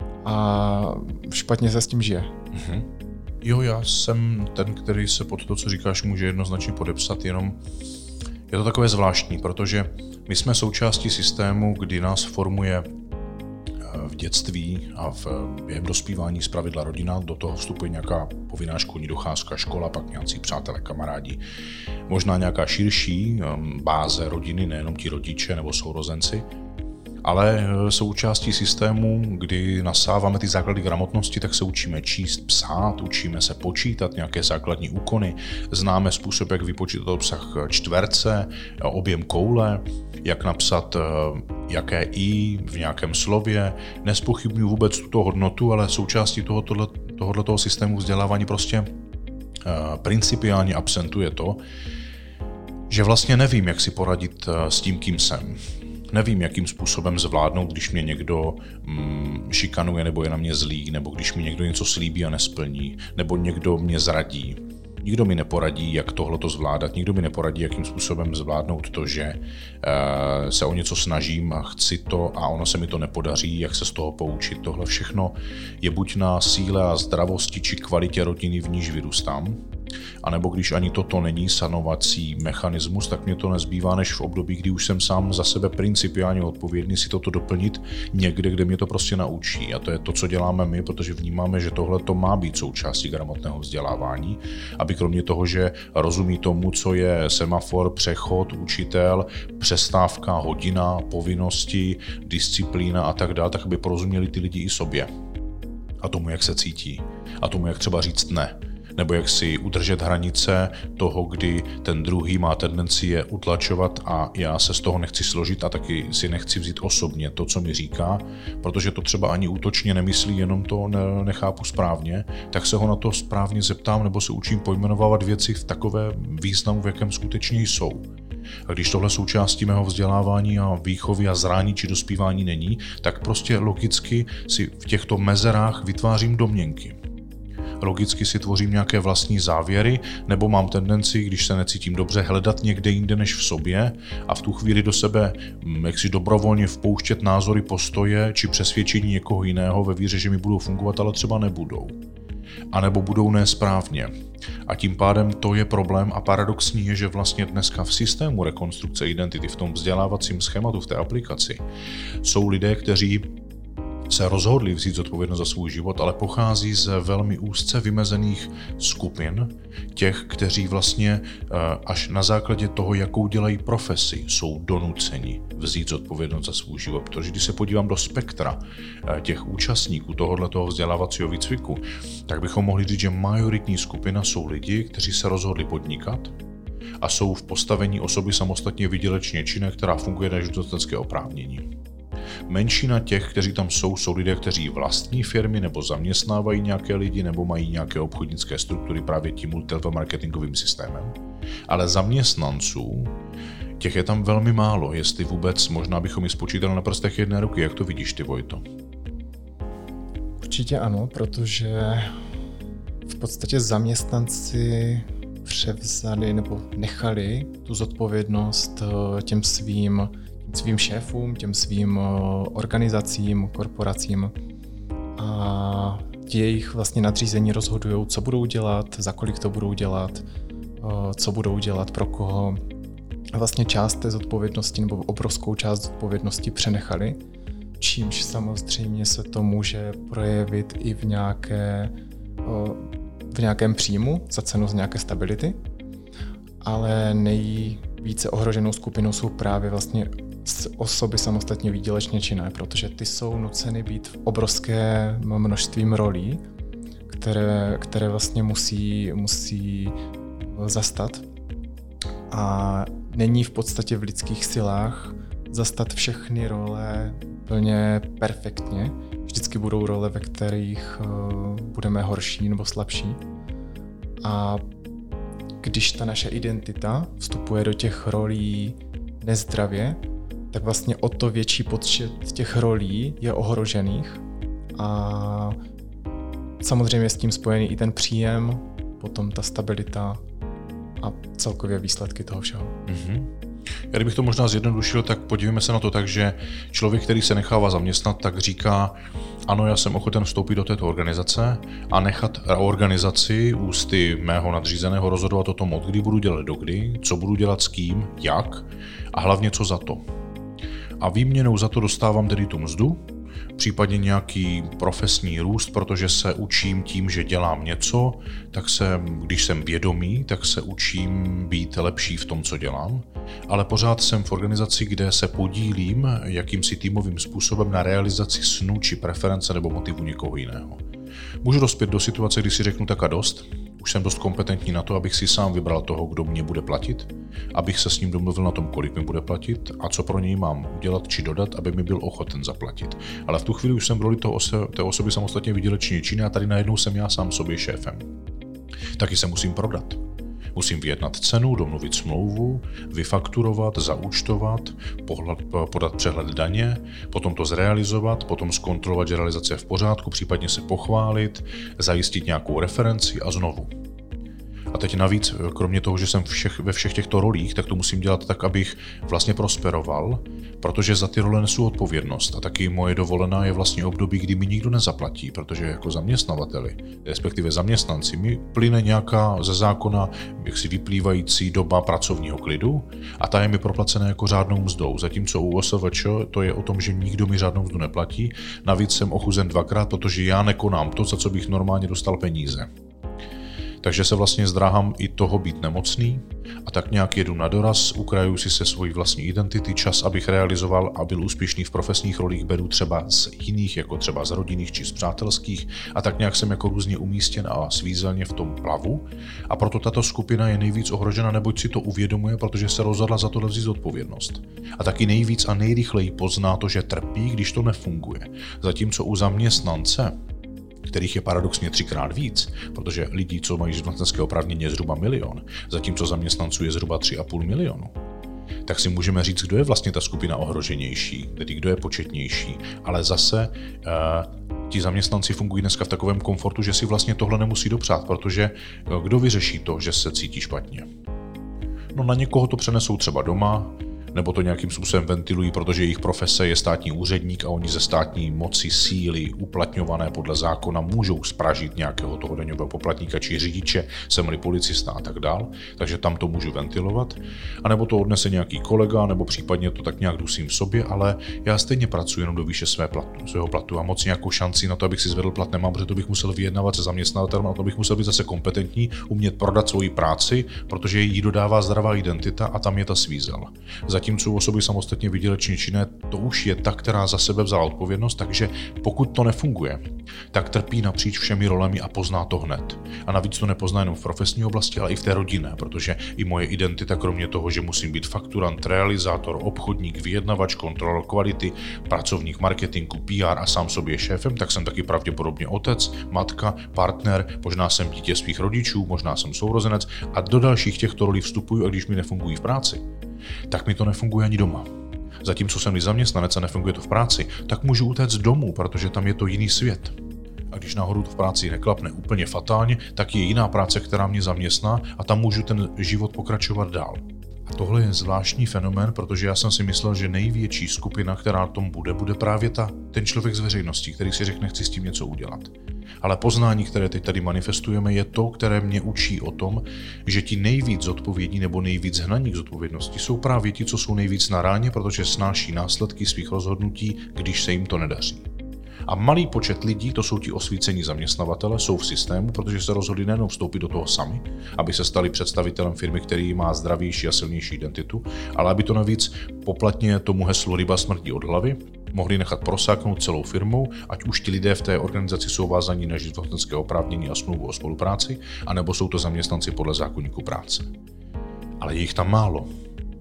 a špatně se s tím žije. Mm-hmm. Jo, já jsem ten, který se pod to, co říkáš, může jednoznačně podepsat, jenom je to takové zvláštní, protože my jsme součástí systému, kdy nás formuje v dětství a během dospívání zpravidla rodina, do toho vstupuje nějaká povinná školní docházka, škola, pak nějací přátelé, kamarádi, možná nějaká širší báze rodiny, nejenom ti rodiče nebo sourozenci, ale součástí systému, kdy nasáváme ty základy gramotnosti, tak se učíme číst, psát, učíme se počítat nějaké základní úkony, známe způsob, jak vypočítat obsah čtverce, objem koule, jak napsat jaké i v nějakém slově. Nezpochybnuju vůbec tuto hodnotu, ale součástí tohoto systému vzdělávání prostě principiálně absentuje to, že vlastně nevím, jak si poradit s tím, kým jsem. Nevím, jakým způsobem zvládnout, když mě někdo šikanuje nebo je na mě zlý, nebo když mi někdo něco slíbí a nesplní, nebo někdo mě zradí. Nikdo mi neporadí, jak tohleto zvládat, nikdo mi neporadí, jakým způsobem zvládnout to, že se o něco snažím a chci to a ono se mi to nepodaří, jak se z toho poučit. Tohle všechno je buď na síle a zdravosti či kvalitě rodiny, v níž vyrůstám, anebo když ani toto není sanovací mechanismus, tak mě to nezbývá, než v období, kdy už jsem sám za sebe principiálně odpovědný si toto doplnit někde, kde mě to prostě naučí. A to je to, co děláme my, protože vnímáme, že tohle to má být součástí gramotného vzdělávání, aby kromě toho, že rozumí tomu, co je semafor, přechod, učitel, přestávka, hodina, povinnosti, disciplína a tak dále, tak aby porozuměli ty lidi i sobě. A tomu, jak se cítí. A tomu, jak třeba říct ne. Nebo jak si udržet hranice toho, kdy ten druhý má tendenci je utlačovat a já se z toho nechci složit a taky si nechci vzít osobně to, co mi říká, protože to třeba ani útočně nemyslí, jenom to nechápu správně, tak se ho na to správně zeptám nebo se učím pojmenovávat věci v takové významu, v jakém skutečně jsou. A když tohle součástí mého vzdělávání a výchovy a zrání či dospívání není, tak prostě logicky si v těchto mezerách vytvářím domněnky. Logicky si tvořím nějaké vlastní závěry, nebo mám tendenci, když se necítím dobře, hledat někde jinde než v sobě a v tu chvíli do sebe jaksi dobrovolně vpouštět názory, postoje či přesvědčení někoho jiného ve víře, že mi budou fungovat, ale třeba nebudou. A nebo budou nesprávně. A tím pádem to je problém a paradoxní je, že vlastně dneska v systému rekonstrukce identity, v tom vzdělávacím schématu, v té aplikaci, jsou lidé, kteří se rozhodli vzít zodpovědnost za svůj život, ale pochází z velmi úzce vymezených skupin, těch, kteří vlastně až na základě toho, jakou dělají profesi, jsou donuceni vzít zodpovědnost za svůj život. Protože když se podívám do spektra těch účastníků tohoto vzdělávacího výcviku, tak bychom mohli říct, že majoritní skupina jsou lidi, kteří se rozhodli podnikat a jsou v postavení osoby samostatně výdělečně činné, která funguje na živnostenské oprávnění. Menšina těch, kteří tam jsou lidé, kteří vlastní firmy nebo zaměstnávají nějaké lidi nebo mají nějaké obchodnické struktury právě tím multilevel marketingovým systémem. Ale zaměstnanců, těch je tam velmi málo, jestli vůbec, možná bychom ji spočítali na prstech jedné ruky. Jak to vidíš ty, Vojto? Určitě ano, protože v podstatě zaměstnanci převzali nebo nechali tu zodpovědnost těm svým šéfům, těm svým organizacím, korporacím a ti jejich vlastně nadřízení rozhodují, co budou dělat, za kolik to budou dělat, co budou dělat, pro koho. Vlastně část té zodpovědnosti nebo obrovskou část zodpovědnosti přenechali, čímž samozřejmě se to může projevit i v nějakém příjmu za cenu z nějaké stability, ale nejvíce ohroženou skupinou jsou právě vlastně osoby samostatně výdělečně činné, protože ty jsou nuceny být v obrovském množstvím rolí, které vlastně musí zastat a není v podstatě v lidských silách zastat všechny role plně perfektně. Vždycky budou role, ve kterých budeme horší nebo slabší. A když ta naše identita vstupuje do těch rolí nezdravě, tak vlastně o to větší počet těch rolí je ohrožených. A samozřejmě s tím spojený i ten příjem, potom ta stabilita a celkově výsledky toho všeho. Mm-hmm. Já kdybych to možná zjednodušil, tak podívejme se na to tak, že člověk, který se nechává zaměstnat, tak říká, ano, já jsem ochoten vstoupit do této organizace a nechat organizaci ústy mého nadřízeného rozhodovat o tom, od kdy budu dělat dokdy, co budu dělat s kým, jak a hlavně co za to. A výměnou za to dostávám tedy tu mzdu, případně nějaký profesní růst, protože se učím tím, že dělám něco, tak když jsem vědomý, tak se učím být lepší v tom, co dělám, ale pořád jsem v organizaci, kde se podílím jakýmsi týmovým způsobem na realizaci snů či preference nebo motivu někoho jiného. Můžu dospět do situace, kdy si řeknu tak a dost, už jsem dost kompetentní na to, abych si sám vybral toho, kdo mě bude platit, abych se s ním domluvil na tom, kolik mi bude platit a co pro něj mám udělat či dodat, aby mi byl ochoten zaplatit. Ale v tu chvíli už jsem v roli té osoby samostatně výdělečně činné a tady najednou jsem já sám sobě šéfem. Taky se musím prodat. Musím vyjednat cenu, domluvit smlouvu, vyfakturovat, zaúčtovat, podat přehled daně, potom to zrealizovat, potom zkontrolovat, že realizace je v pořádku, případně se pochválit, zajistit nějakou referenci a znovu. A teď navíc, kromě toho, že jsem ve všech těchto rolích, tak to musím dělat tak, abych vlastně prosperoval, protože za ty role nesu odpovědnost. A taky moje dovolená je vlastně období, kdy mi nikdo nezaplatí, protože jako zaměstnavateli, respektive zaměstnanci, mi plyne nějaká ze zákona jaksi vyplývající doba pracovního klidu a ta je mi proplacena jako řádnou mzdou. Zatímco u OSVČ to je o tom, že nikdo mi žádnou mzdu neplatí. Navíc jsem ochuzen dvakrát, protože já nekonám to, za co bych normálně dostal peníze. Takže se vlastně zdráhám i toho být nemocný a tak nějak jedu na doraz, ukrajuji si se svojí vlastní identity, čas, abych realizoval a byl úspěšný v profesních rolích, beru třeba z jiných, jako třeba z rodinných či z přátelských a tak nějak jsem jako různě umístěn a svízelně v tom plavu a proto tato skupina je nejvíc ohrožena, neboť si to uvědomuje, protože se rozhodla za to vzít odpovědnost. A taky nejvíc a nejrychleji pozná to, že trpí, když to nefunguje. Zatímco u zaměstnance, kterých je paradoxně 3krát víc, protože lidí, co mají živnostenské oprávnění, je zhruba 1 000 000, zatímco zaměstnanců je zhruba 3,5 milionu. Tak si můžeme říct, kdo je vlastně ta skupina ohroženější, tedy kdo je početnější. Ale zase ti zaměstnanci fungují dneska v takovém komfortu, že si vlastně tohle nemusí dopřát, protože kdo vyřeší to, že se cítí špatně? No na někoho to přenesou třeba doma, nebo to nějakým způsobem ventilují, protože jejich profese je státní úředník a oni ze státní moci síly uplatňované podle zákona můžou spražit nějakého toho daňového poplatníka či řidiče, jsem-li policista a tak dál, takže tam to můžu ventilovat. A nebo to odnese nějaký kolega, nebo případně to tak nějak dusím v sobě, ale já stejně pracuji jenom do výše svého platu a moc nějakou šanci na to, abych si zvedl plat nemám, protože to bych musel vyjednávat se zaměstnavatelem a to bych musel být zase kompetentní, umět prodat svoji práci, protože jí dodává zdravá identita a tam je ta svízel. Zatímco osoby samostatně výdělečně činné, to už je ta, která za sebe vzala odpovědnost, takže pokud to nefunguje, tak trpí napříč všemi rolemi a pozná to hned. A navíc to nepozná jenom v profesní oblasti, ale i v té rodinné, protože i moje identita, kromě toho, že musím být fakturant, realizátor, obchodník, vyjednavač, kontrolor kvality, pracovník marketingu, PR a sám sobě šéfem, tak jsem taky pravděpodobně otec, matka, partner, možná jsem dítě svých rodičů, možná jsem sourozenec a do dalších těchto rolí vstupuju, a když mi nefungují v práci, tak mi to nefunguje ani doma. Zatímco jsem-li zaměstnanec a nefunguje to v práci, tak můžu utéct domů, protože tam je to jiný svět. A když náhodou to v práci neklapne úplně fatálně, tak je jiná práce, která mě zaměstná a tam můžu ten život pokračovat dál. A tohle je zvláštní fenomén, protože já jsem si myslel, že největší skupina, která tom bude právě ten člověk z veřejnosti, který si řekne, chci s tím něco udělat. Ale poznání, které teď tady manifestujeme, je to, které mě učí o tom, že ti nejvíc zodpovědní nebo nejvíc hnaní k zodpovědnosti jsou právě ti, co jsou nejvíc na ráně, protože snáší následky svých rozhodnutí, když se jim to nedaří. A malý počet lidí, to jsou ti osvícení zaměstnavatele, jsou v systému, protože se rozhodli nejenom vstoupit do toho sami, aby se stali představitelem firmy, který má zdravější a silnější identitu, ale aby to navíc poplatně tomu heslu ryba smrdí od hlavy, mohli nechat prosáknout celou firmou, ať už ti lidé v té organizaci jsou vázaní na živnostenské oprávnění a smlouvu o spolupráci, anebo jsou to zaměstnanci podle zákoníku práce. Ale je jich tam málo.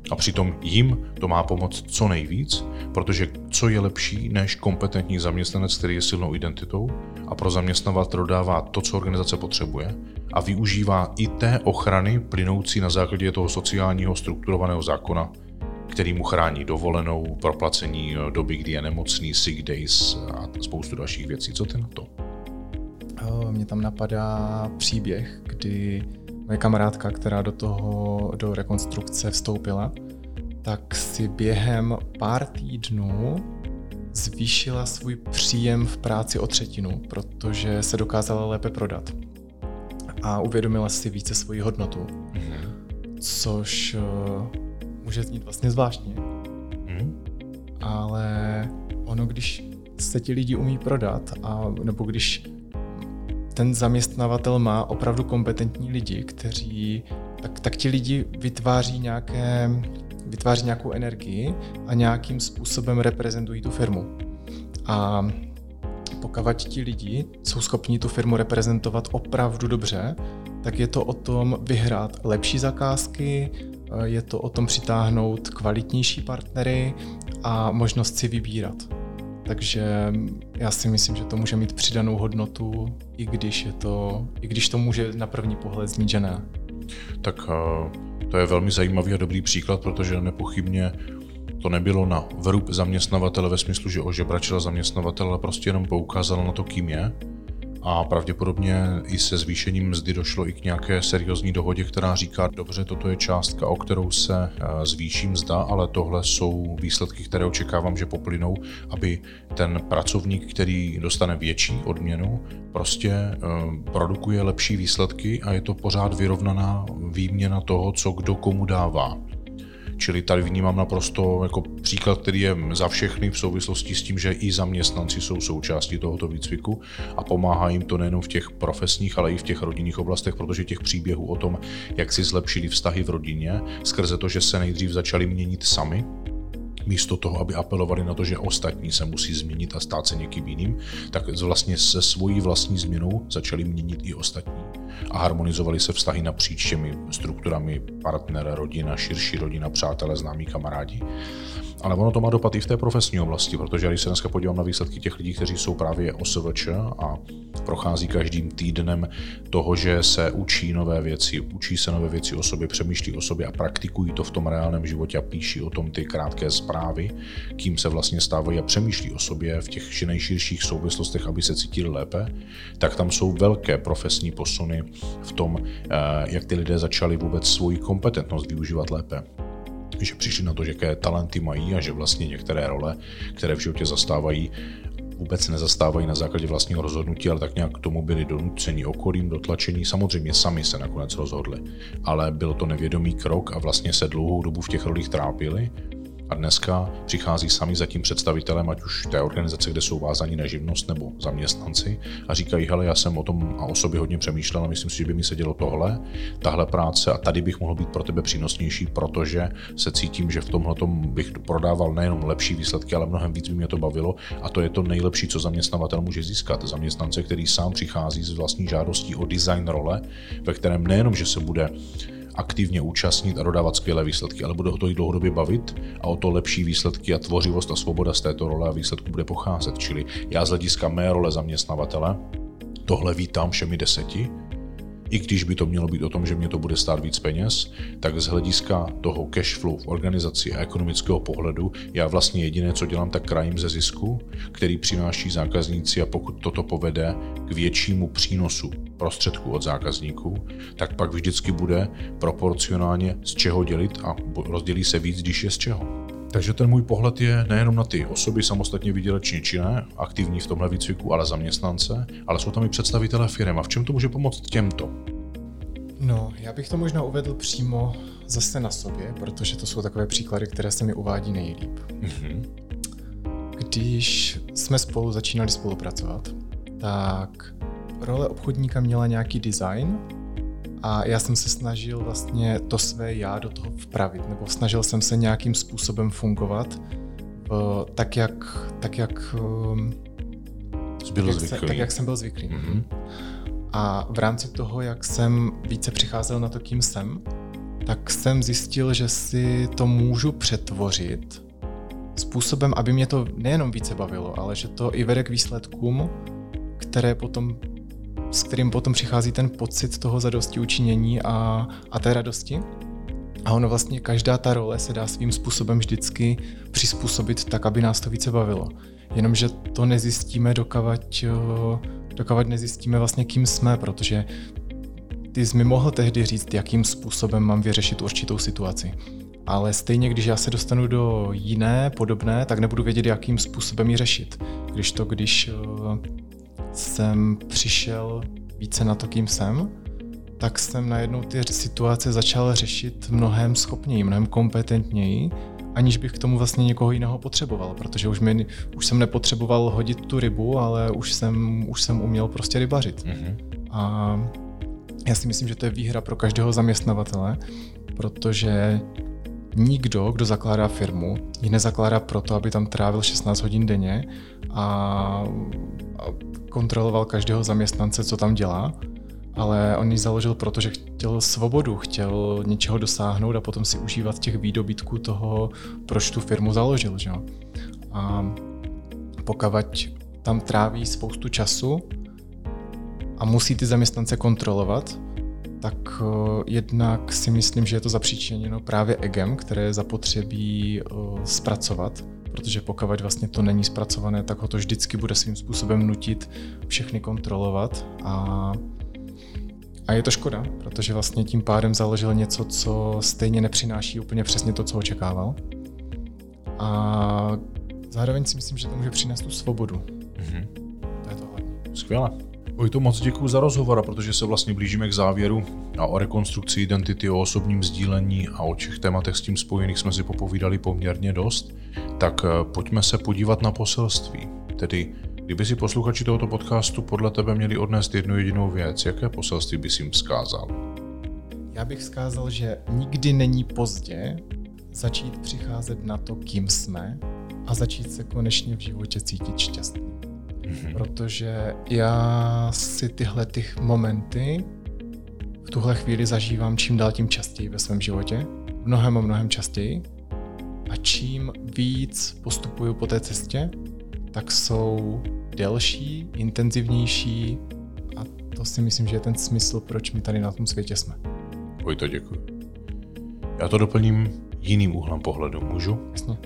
A přitom jim to má pomoct co nejvíc, protože co je lepší než kompetentní zaměstnanec, který je silnou identitou a pro zaměstnavatel dodává to, co organizace potřebuje a využívá i té ochrany plynoucí na základě toho sociálního strukturovaného zákona, který mu chrání dovolenou, proplacení doby, kdy je nemocný, sick days a spoustu dalších věcí. Co ty na to? Mně tam napadá příběh, kdy moje kamarádka, která do rekonstrukce vstoupila, tak si během pár týdnů zvýšila svůj příjem v práci o 1/3, protože se dokázala lépe prodat a uvědomila si více svoji hodnotu, což může znít vlastně zvláštně. Ale ono, když se ti lidi umí prodat, nebo když ten zaměstnavatel má opravdu kompetentní lidi, kteří tak ti lidi vytváří nějakou energii a nějakým způsobem reprezentují tu firmu. A pokud ti lidi jsou schopni tu firmu reprezentovat opravdu dobře, tak je to o tom vyhrát lepší zakázky, je to o tom přitáhnout kvalitnější partnery a možnost si vybírat. Takže já si myslím, že to může mít přidanou hodnotu, i když to může na první pohled znít, že ne. Tak to je velmi zajímavý a dobrý příklad, protože nepochybně to nebylo na vrub zaměstnavatele ve smyslu, že ožebračila zaměstnavatele, ale prostě jenom poukázala na to, kým je. A pravděpodobně i se zvýšením mzdy došlo i k nějaké seriózní dohodě, která říká, dobře, toto je částka, o kterou se zvýší mzda, ale tohle jsou výsledky, které očekávám, že poplynou, aby ten pracovník, který dostane větší odměnu, prostě produkuje lepší výsledky a je to pořád vyrovnaná výměna toho, co kdo komu dává. Čili tady vnímám naprosto jako příklad, který je za všechny v souvislosti s tím, že i zaměstnanci jsou součástí tohoto výcviku a pomáhá jim to nejen v těch profesních, ale i v těch rodinných oblastech, protože těch příběhů o tom, jak si zlepšili vztahy v rodině, skrze to, že se nejdřív začali měnit sami, místo toho, aby apelovali na to, že ostatní se musí změnit a stát se někým jiným, tak vlastně se svojí vlastní změnou začali měnit i ostatní a harmonizovali se vztahy napříč těmi strukturami partner, rodina, širší rodina, přátelé, známí, kamarádi. Ale ono to má dopad i v té profesní oblasti, protože když se dneska podívám na výsledky těch lidí, kteří jsou právě OSVČ a prochází každým týdnem toho, že se učí se nové věci o sobě, přemýšlí o sobě a praktikují to v tom reálném životě a píší o tom ty krátké zprávy, kým se vlastně stávají a přemýšlí o sobě v těch nejširších souvislostech, aby se cítili lépe, tak tam jsou velké profesní posuny v tom, jak ty lidé začali vůbec svoji kompetentnost využívat lépe. Že přišli na to, že jaké talenty mají a že vlastně některé role, které v životě zastávají, vůbec nezastávají na základě vlastního rozhodnutí, ale tak nějak k tomu byli donuceni okolím, dotlačení. Samozřejmě sami se nakonec rozhodli, ale byl to nevědomý krok a vlastně se dlouhou dobu v těch rolích trápili. A dneska přichází sami za tím představitelem, ať už té organizace, kde jsou vázaní na živnost nebo zaměstnanci a říkají, hele, já jsem o tom a o sobě hodně přemýšlel a myslím si, že by mi se dělo tahle práce a tady bych mohl být pro tebe přínosnější, protože se cítím, že v tomhletom bych prodával nejenom lepší výsledky, ale mnohem víc by mě to bavilo a to je to nejlepší, co zaměstnavatel může získat. Zaměstnance, který sám přichází s vlastní žádostí o design role, ve kterém nejenom, že se bude aktivně účastnit a dodávat skvělé výsledky, ale bude ho to i dlouhodobě bavit a o to lepší výsledky a tvořivost a svoboda z této role a výsledku bude pocházet. Čili já z hlediska mé role zaměstnavatele tohle vítám všemi 10, i když by to mělo být o tom, že mě to bude stát víc peněz, tak z hlediska toho cash flow v organizaci a ekonomického pohledu já vlastně jediné, co dělám, tak krajím ze zisku, který přináší zákazníci a pokud toto povede k většímu přínosu prostředků od zákazníků, tak pak vždycky bude proporcionálně z čeho dělit a rozdělí se víc, když je z čeho. Takže ten můj pohled je nejenom na ty osoby samostatně výdělečně činné, aktivní v tomhle výcviku, ale zaměstnance, ale jsou tam i představitelé firem. A v čem to může pomoct těmto? No, já bych to možná uvedl přímo zase na sobě, protože to jsou takové příklady, které se mi uvádí nejlíp. Když jsme spolu začínali spolupracovat, tak role obchodníka měla nějaký design a já jsem se snažil vlastně to své já do toho vpravit, nebo snažil jsem se nějakým způsobem fungovat tak, jak jsem byl zvyklý. A v rámci toho, jak jsem více přicházel na to, kým jsem, tak jsem zjistil, že si to můžu přetvořit způsobem, aby mě to nejenom více bavilo, ale že to i vede k výsledkům, s kterým potom přichází ten pocit toho zadostiučinění a té radosti. A ono vlastně každá ta role se dá svým způsobem vždycky přizpůsobit tak, aby nás to více bavilo. Jenomže to nezjistíme, dokud nezjistíme vlastně, kým jsme, protože ty jsi mi mohl tehdy říct, jakým způsobem mám vyřešit určitou situaci. Ale stejně, když já se dostanu do jiné, podobné, tak nebudu vědět, jakým způsobem ji řešit. Když jsem přišel více na to, kým jsem, tak jsem najednou ty situace začal řešit mnohem schopněji, mnohem kompetentněji, aniž bych k tomu vlastně někoho jiného potřeboval, protože už jsem nepotřeboval hodit tu rybu, ale už jsem uměl prostě rybařit. Mm-hmm. A já si myslím, že to je výhra pro každého zaměstnavatele, protože nikdo, kdo zakládá firmu, ji nezakládá proto, aby tam trávil 16 hodin denně a kontroloval každého zaměstnance, co tam dělá, ale on ji založil proto, že chtěl svobodu, chtěl něčeho dosáhnout a potom si užívat těch výdobytků toho, proč tu firmu založil. Že? A pokud tam tráví spoustu času a musí ty zaměstnance kontrolovat, tak jednak si myslím, že je to zapříčiněno právě egem, které je zapotřebí zpracovat, protože pokud vlastně to není zpracované, tak ho to vždycky bude svým způsobem nutit všechny kontrolovat a je to škoda, protože vlastně tím pádem založil něco, co stejně nepřináší úplně přesně to, co očekával. A zároveň si myslím, že to může přinést tu svobodu. Mm-hmm. To je to hlavní. Skvěle. Vojto, moc děkuji za rozhovor, protože se vlastně blížíme k závěru a o rekonstrukci identity, o osobním sdílení a o všech tématech s tím spojených jsme si popovídali poměrně dost. Tak pojďme se podívat na poselství. Tedy, kdyby si posluchači tohoto podcastu podle tebe měli odnést jednu jedinou věc, jaké poselství bys jim vzkázal? Já bych vzkázal, že nikdy není pozdě začít přicházet na to, kým jsme a začít se konečně v životě cítit šťastný. Mm-hmm. Protože já si tyhle momenty v tuhle chvíli zažívám čím dál tím častěji ve svém životě. Mnohem častěji. A čím víc postupuju po té cestě, tak jsou delší, intenzivnější a to si myslím, že je ten smysl, proč my tady na tom světě jsme. Vojto, děkuji. Já to doplním jiným úhlem pohledu. Můžu? Jasně.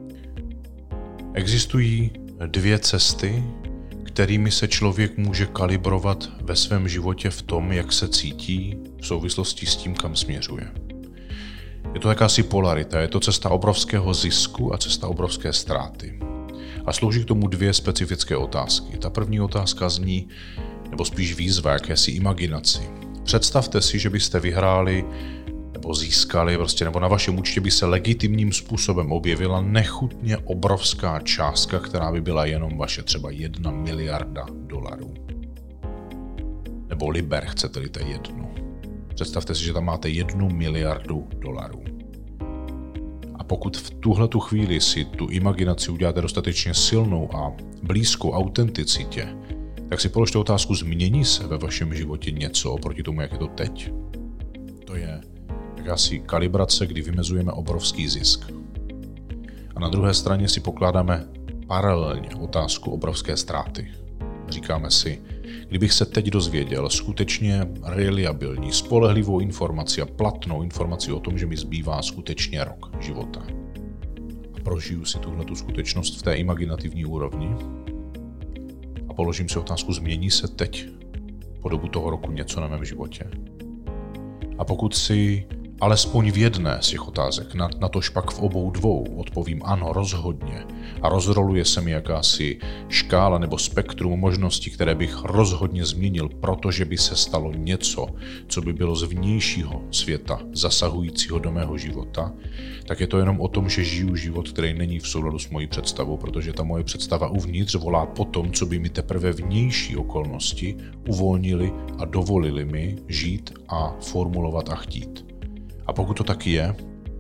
Existují dvě cesty, kterými se člověk může kalibrovat ve svém životě v tom, jak se cítí v souvislosti s tím, kam směřuje. Je to jakási polarita, je to cesta obrovského zisku a cesta obrovské ztráty. A slouží k tomu dvě specifické otázky. Ta první otázka zní, nebo spíš výzva, jakési imaginaci. Představte si, že byste vyhráli nebo získali, nebo na vašem účtě by se legitimním způsobem objevila nechutně obrovská částka, která by byla jenom vaše třeba 1 miliarda dolarů. Nebo liber, chcete-li, to jedno. Představte si, že tam máte 1 miliardu dolarů. A pokud v tuhletu chvíli si tu imaginaci uděláte dostatečně silnou a blízkou autenticitě, tak si položte otázku, změní se ve vašem životě něco oproti tomu, jak je to teď? To je jakási kalibrace, kdy vymezujeme obrovský zisk. A na druhé straně si pokládáme paralelně otázku obrovské ztráty. Říkáme si, kdybych se teď dozvěděl skutečně reliabilní, spolehlivou informaci a platnou informaci o tom, že mi zbývá skutečně rok života. A prožiju si tuhletu skutečnost v té imaginativní úrovni a položím si otázku, změní se teď po dobu toho roku něco na mém životě. A pokud si alespoň v jedné z těch otázek, natož pak v obou dvou odpovím ano, rozhodně a rozroluje se mi jakási škála nebo spektrum možností, které bych rozhodně změnil, protože by se stalo něco, co by bylo z vnějšího světa zasahujícího do mého života, tak je to jenom o tom, že žiju život, který není v souladu s mojí představou, protože ta moje představa uvnitř volá po tom, co by mi teprve vnější okolnosti uvolnili a dovolili mi žít a formulovat a chtít. A pokud to tak je,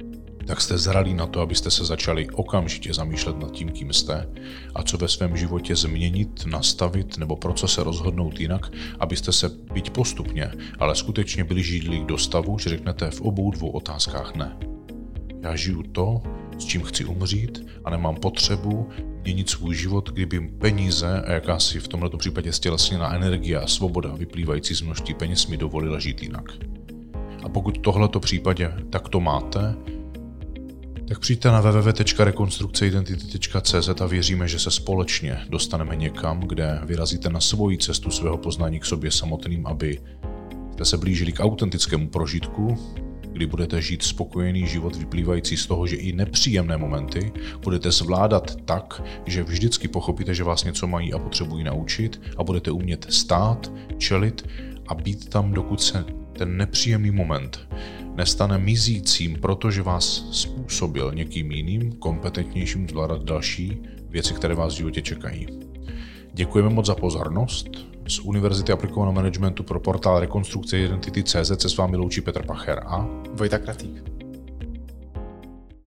tak jste zralí na to, abyste se začali okamžitě zamýšlet nad tím, kým jste a co ve svém životě změnit, nastavit nebo pro co se rozhodnout jinak, abyste se byť postupně, ale skutečně blížili do stavu, že řeknete v obou dvou otázkách ne. Já žiju to, s čím chci umřít a nemám potřebu měnit svůj život, kdyby peníze a jakási v tomto případě stělesněná energie a svoboda vyplývající z množství peněz mi dovolila žít jinak. A pokud tohleto případě takto máte, tak přijďte na www.rekonstrukceidentity.cz a věříme, že se společně dostaneme někam, kde vyrazíte na svoji cestu svého poznání k sobě samotným, aby jste se blížili k autentickému prožitku, kdy budete žít spokojený život vyplývající z toho, že i nepříjemné momenty budete zvládat tak, že vždycky pochopíte, že vás něco mají a potřebují naučit a budete umět stát, čelit a být tam, dokud se ten nepříjemný moment nestane mizícím, protože vás způsobil někým jiným, kompetentnějším zvládat další věci, které vás v životě čekají. Děkujeme moc za pozornost. Z Univerzity aplikovaného managementu pro portál Rekonstrukce Identity.cz se s vámi loučí Petr Pacher a Vojta Kratík.